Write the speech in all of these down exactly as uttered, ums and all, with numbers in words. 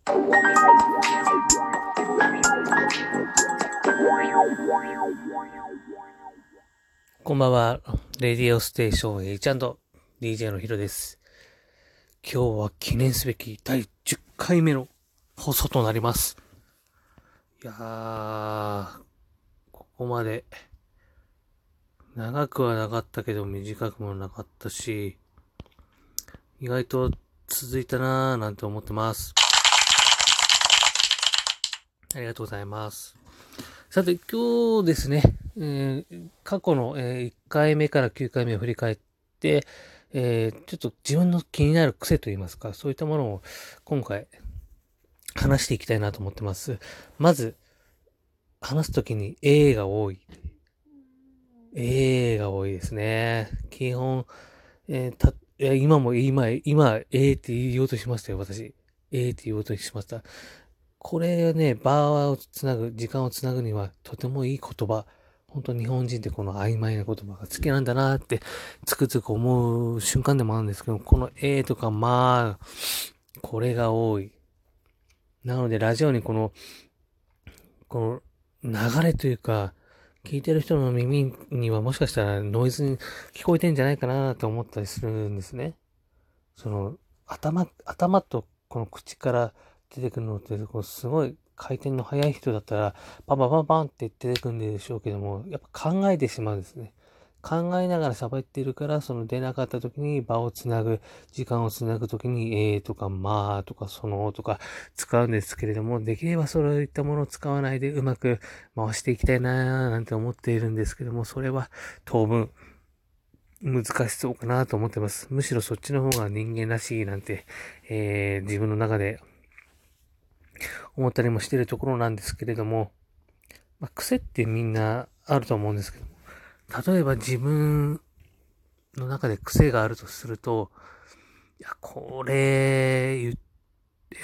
こんばんは。レディオステーション H& ディージェー のヒロです。今日は記念すべきだいじゅっかいめの放送となります。いやー、ここまで長くはなかったけど短くもなかったし、意外と続いたなーなんて思ってます。ありがとうございます。さて、今日ですね、えー、過去の、えー、いっかいめからきゅうかいめを振り返って、えー、ちょっと自分の気になる癖といいますか、そういったものを今回話していきたいなと思ってます。まず、話すときに A が多い。A が多いですね。基本、えー、た、いや今も今、今 A って言おうとしましたよ、私。A って言おうとしました。これね、場をつなぐ、時間をつなぐにはとてもいい言葉。本当日本人ってこの曖昧な言葉が好きなんだなってつくづく思う瞬間でもあるんですけど、この A とかまあ、これが多い。なのでラジオにこの、この流れというか、聞いてる人の耳にはもしかしたらノイズに聞こえてんじゃないかなと思ったりするんですね。その、頭、頭とこの口から出てくるのって、こうすごい回転の速い人だったら、パンパンパンパンって出てくるんでしょうけども、やっぱ考えてしまうんですね。考えながら喋ってるから、その出なかった時に場をつなぐ、時間をつなぐ時に、えーとか、まあとか、そのとか使うんですけれども、できればそういったものを使わないでうまく回していきたいなーなんて思っているんですけども、それは当分、難しそうかなと思ってます。むしろそっちの方が人間らしいなんて、えー、自分の中で思ったりもしているところなんですけれども、まあ、癖ってみんなあると思うんですけども、例えば自分の中で癖があるとすると、いや、これ、言って、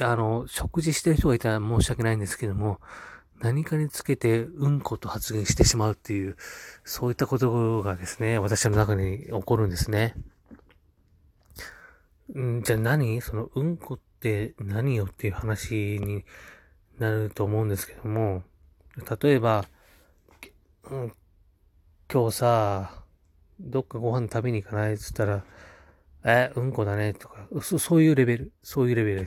あの、食事してる人がいたら申し訳ないんですけども、何かにつけてうんこと発言してしまうっていう、そういったことがですね、私の中に起こるんですね。んじゃあ何そのうんこって何よっていう話になると思うんですけども、例えば、うん、今日さ、どっかご飯食べに行かないっつったら、え、うんこだねとか、そ、そういうレベル、そういうレベルです。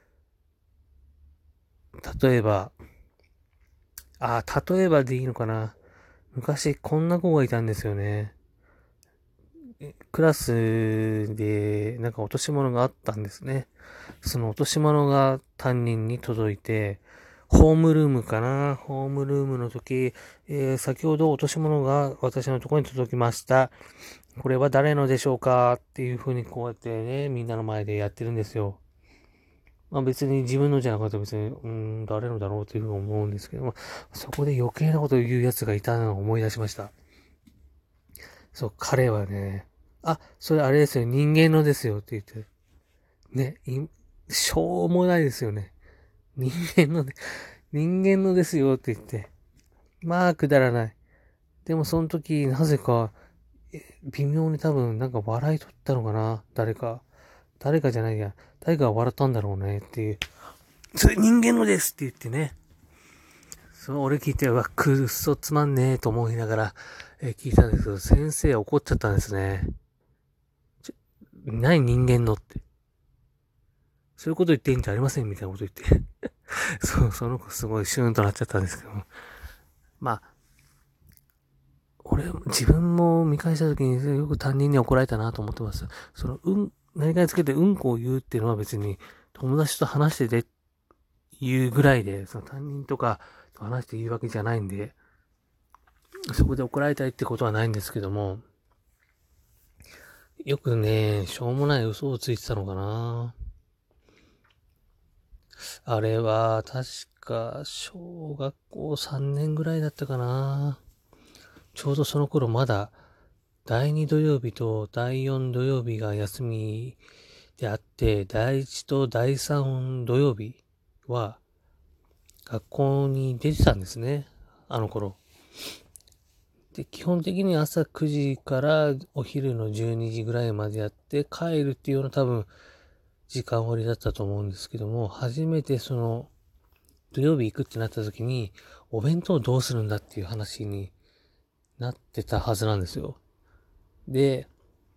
例えば、あ、例えばでいいのかな。昔こんな子がいたんですよね。クラスでなんか落とし物があったんですね。その落とし物が担任に届いて、ホームルームかなホームルームの時、えー、先ほど落とし物が私のところに届きました。これは誰のでしょうかっていう風にこうやってね、みんなの前でやってるんですよ。まあ別に自分のじゃなかったら別に、うーん、誰のだろうというふうに思うんですけども、そこで余計なことを言う奴がいたのを思い出しました。そう、彼はね、あ、それあれですよ、人間のですよって言って、ね、いしょうもないですよね。人間ので、人間のですよって言って、まあくだらない。でもその時、なぜか、微妙に多分なんか笑い取ったのかな誰か。誰かじゃないや。誰かが笑ったんだろうねっていう。それ人間のですって言ってね。その俺聞いて、うわ、くっそつまんねえと思いながら、えー聞いたんですけど、先生怒っちゃったんですね。ちょ何人間のって。そういうこと言っていいんじゃありませんみたいなこと言って。そう、その子すごいシューンとなっちゃったんですけども。まあ、俺、自分も見返した時によく担任に怒られたなと思ってます。その、うん、何かにつけてうんこを言うっていうのは別に友達と話してて言うぐらいで、その担任とかと話して言うわけじゃないんで、そこで怒られたいってことはないんですけども、よくね、しょうもない嘘をついてたのかな。あれは、確か、小学校さんねんぐらいだったかな。ちょうどその頃まだ、だいに土曜日とだいよん土曜日が休みであって、だいいちとだいさん土曜日は、学校に出てたんですね。あの頃。で、基本的に朝くじからお昼のじゅうにじぐらいまでやって帰るっていうような多分時間割だったと思うんですけども、初めてその、土曜日行くってなった時に、お弁当どうするんだっていう話になってたはずなんですよ。で、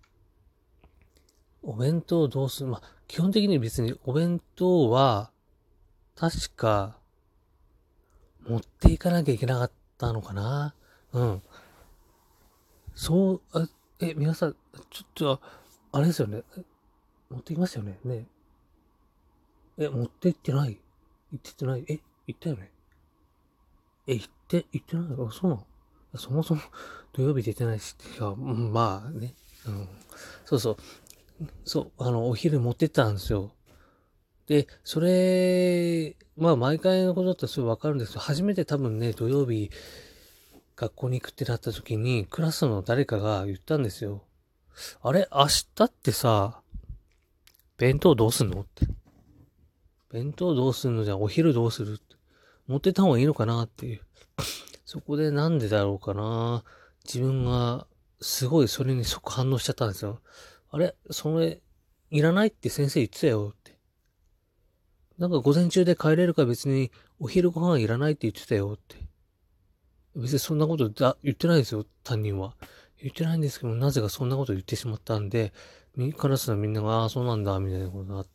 お弁当どうする、まあ、基本的に別にお弁当は、確か、持っていかなきゃいけなかったのかな。うん。そう、あ、え、皆さん、ちょっと、あれですよね。持ってきましたよね。ね。え、持って行ってない行ってってない。え、行ったよね。え、行って、行ってない。あ、そうなの。そもそも土曜日出てないし、いや、うん、まあね。うん。そうそう。そう、あの、お昼持ってったんですよ。で、それ、まあ毎回のことだったらすぐわかるんですけど、初めて多分ね、土曜日学校に行くってなった時に、クラスの誰かが言ったんですよ。あれ、明日ってさ、弁当どうすんのって。弁当どうすんのじゃあお昼どうするって。持ってった方がいいのかなっていう。そこでなんでだろうかな。自分が、すごいそれに即反応しちゃったんですよ。あれ、それ、いらないって先生言ってたよって。なんか午前中で帰れるから別にお昼ご飯いらないって言ってたよって。別にそんなことだ言ってないですよ、担任は。言ってないんですけど、なぜかそんなこと言ってしまったんで、クラスのみんなが、ああ、そうなんだ、みたいなことになって、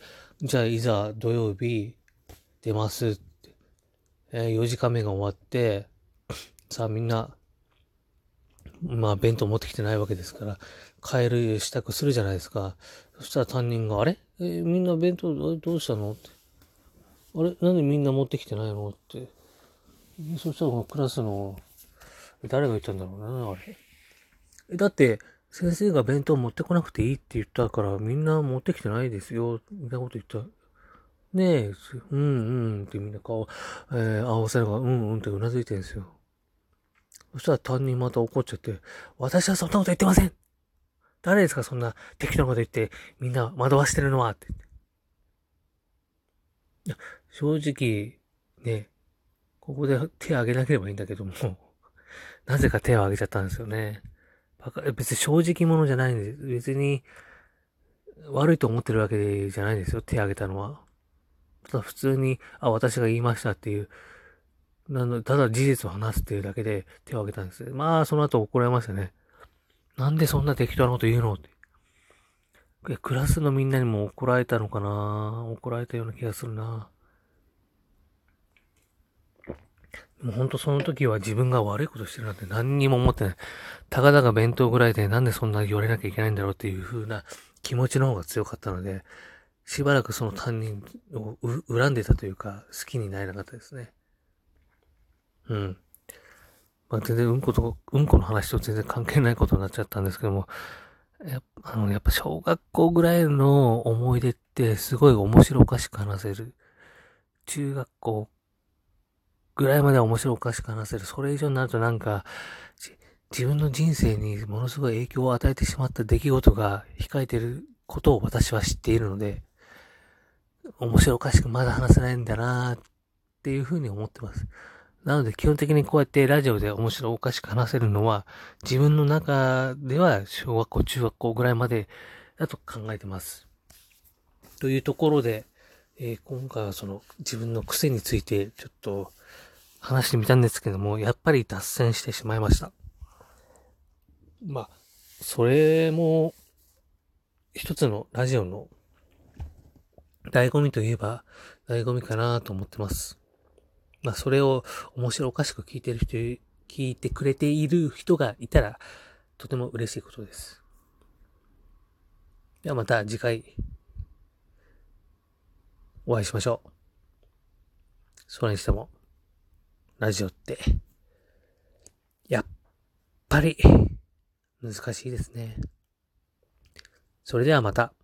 じゃあいざ土曜日出ますって。えー、よじかんめが終わって、さあみんな、まあ弁当持ってきてないわけですから、帰る支度するじゃないですか。そしたら担任が、あれえーみんな弁当どうしたのって。あれなんでみんな持ってきてないのって。そしたらこのクラスの、誰が言ったんだろうな、あれ。え、だって、先生が弁当持ってこなくていいって言ったから、みんな持ってきてないですよ、みたいなこと言った。ねえ、うんうんってみんな顔、えー、合わせるが、うんうんってうなずいてるんですよ。そしたら担任また怒っちゃって、私はそんなこと言ってません。誰ですかそんな適当なこと言って、みんな惑わしてるのはって言って。いや、正直、ね、ここで手を挙げなければいいんだけども、なぜか手を挙げちゃったんですよね。バカ、別に正直者じゃないんです。別に悪いと思ってるわけじゃないんですよ。手を挙げたのは。ただ普通に、あ、私が言いましたっていう、なの、ただ事実を話すっていうだけで手を挙げたんです。まあ、その後怒られましたね。なんでそんな適当なこと言うのって。クラスのみんなにも怒られたのかな怒られたような気がするな。もうほんとその時は自分が悪いことしてるなんて何にも思ってない。たかだか弁当ぐらいでなんでそんな言われなきゃいけないんだろうっていう風な気持ちの方が強かったので、しばらくその担任を恨んでたというか、好きになれなかったですね。うん。まあ、全然うんこと、うんこの話と全然関係ないことになっちゃったんですけども、やっぱ、あの、やっぱ小学校ぐらいの思い出ってすごい面白おかしく話せる。中学校ぐらいまでは面白おかしく話せる。それ以上になるとなんか、自分の人生にものすごい影響を与えてしまった出来事が控えていることを私は知っているので、面白おかしくまだ話せないんだなっていうふうに思ってます。なので基本的にこうやってラジオで面白おかしく話せるのは、自分の中では小学校、中学校ぐらいまでだと考えてます。というところで、えー今回はその自分の癖についてちょっと話してみたんですけども、やっぱり脱線してしまいました。まあ、それも一つのラジオの醍醐味といえば醍醐味かなと思ってます。まあ、それを面白おかしく聞いてる人、聞いてくれている人がいたら、とても嬉しいことです。ではまた次回お会いしましょう。それにしても、ラジオって、やっぱり難しいですね。それではまた。